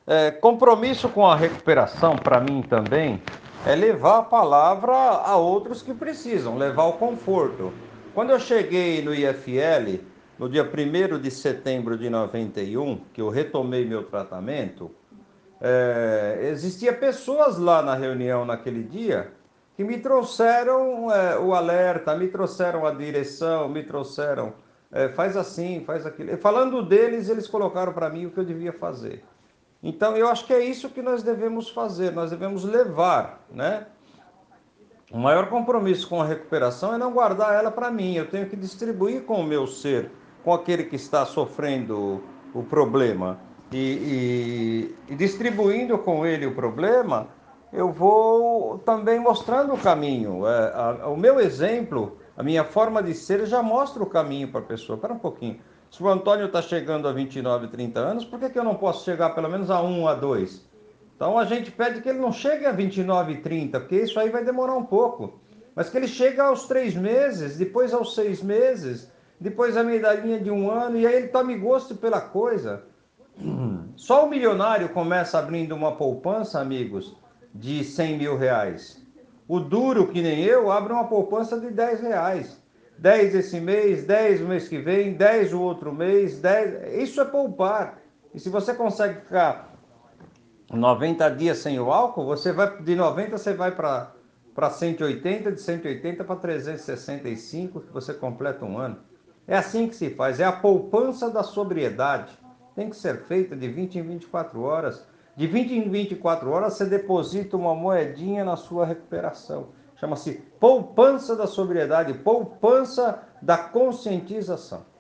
Compromisso com a recuperação, para mim também, é levar a palavra a outros que precisam, levar o conforto. Quando eu cheguei no IFL, no dia 1º de setembro de 91, que eu retomei meu tratamento, existia pessoas lá na reunião naquele dia que me trouxeram o alerta, me trouxeram a direção, me trouxeram faz assim, faz aquilo. E falando deles, eles colocaram para mim o que eu devia fazer. Então, eu acho que é isso que nós devemos fazer, nós devemos levar, né? O maior compromisso com a recuperação é não guardar ela para mim, eu tenho que distribuir com o meu ser, com aquele que está sofrendo o problema. E distribuindo com ele o problema, eu vou também mostrando o caminho. O meu exemplo, a minha forma de ser já mostra o caminho para a pessoa. Espera um pouquinho. Se o Antônio está chegando a 29, 30 anos, por que eu não posso chegar pelo menos a 1, a 2? Então a gente pede que ele não chegue a 29 e 30, porque isso aí vai demorar um pouco. Mas que ele chegue aos 3 meses, depois aos 6 meses, depois a medalhinha de 1 ano, e aí ele tome gosto pela coisa. Só o milionário começa abrindo uma poupança, amigos, de 100 mil reais. O duro, que nem eu, abre uma poupança de 10 reais. 10 esse mês, 10 o mês que vem, 10 o outro mês, 10. Isso é poupar. E se você consegue ficar 90 dias sem o álcool, você vai de 90 você vai para 180, de 180 para 365, que você completa um ano. É assim que se faz, é a poupança da sobriedade. Tem que ser feita de 20 em 24 horas. De 20 em 24 horas você deposita uma moedinha na sua recuperação. Chama-se poupança da sobriedade, poupança da conscientização.